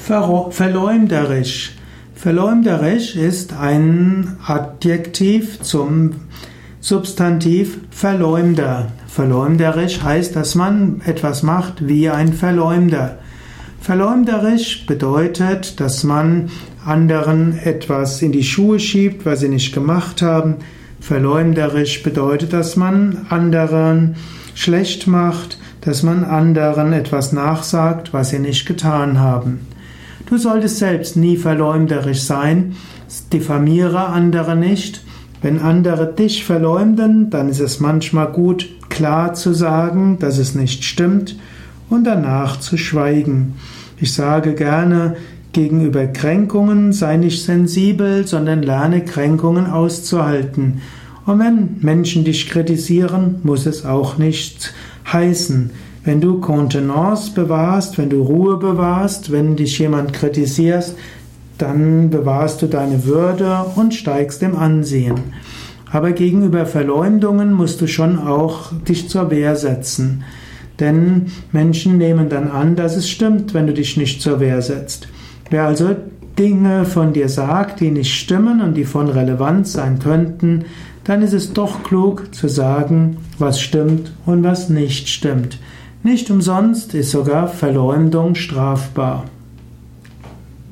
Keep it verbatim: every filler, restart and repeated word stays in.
Ver verleumderisch. Verleumderisch ist ein Adjektiv zum Substantiv Verleumder. Verleumderisch heißt, dass man etwas macht wie ein Verleumder. Verleumderisch bedeutet, dass man anderen etwas in die Schuhe schiebt, was sie nicht gemacht haben. Verleumderisch bedeutet, dass man anderen schlecht macht, dass man anderen etwas nachsagt, was sie nicht getan haben. Du solltest selbst nie verleumderisch sein, diffamiere andere nicht. Wenn andere dich verleumden, dann ist es manchmal gut, klar zu sagen, dass es nicht stimmt und danach zu schweigen. Ich sage gerne, gegenüber Kränkungen sei nicht sensibel, sondern lerne Kränkungen auszuhalten. Und wenn Menschen dich kritisieren, muss es auch nicht heißen. Wenn du Kontenance bewahrst, wenn du Ruhe bewahrst, wenn dich jemand kritisiert, dann bewahrst du deine Würde und steigst im Ansehen. Aber gegenüber Verleumdungen musst du schon auch dich zur Wehr setzen. Denn Menschen nehmen dann an, dass es stimmt, wenn du dich nicht zur Wehr setzt. Wer also Dinge von dir sagt, die nicht stimmen und die von Relevanz sein könnten, dann ist es doch klug zu sagen, was stimmt und was nicht stimmt. Nicht umsonst ist sogar Verleumdung strafbar.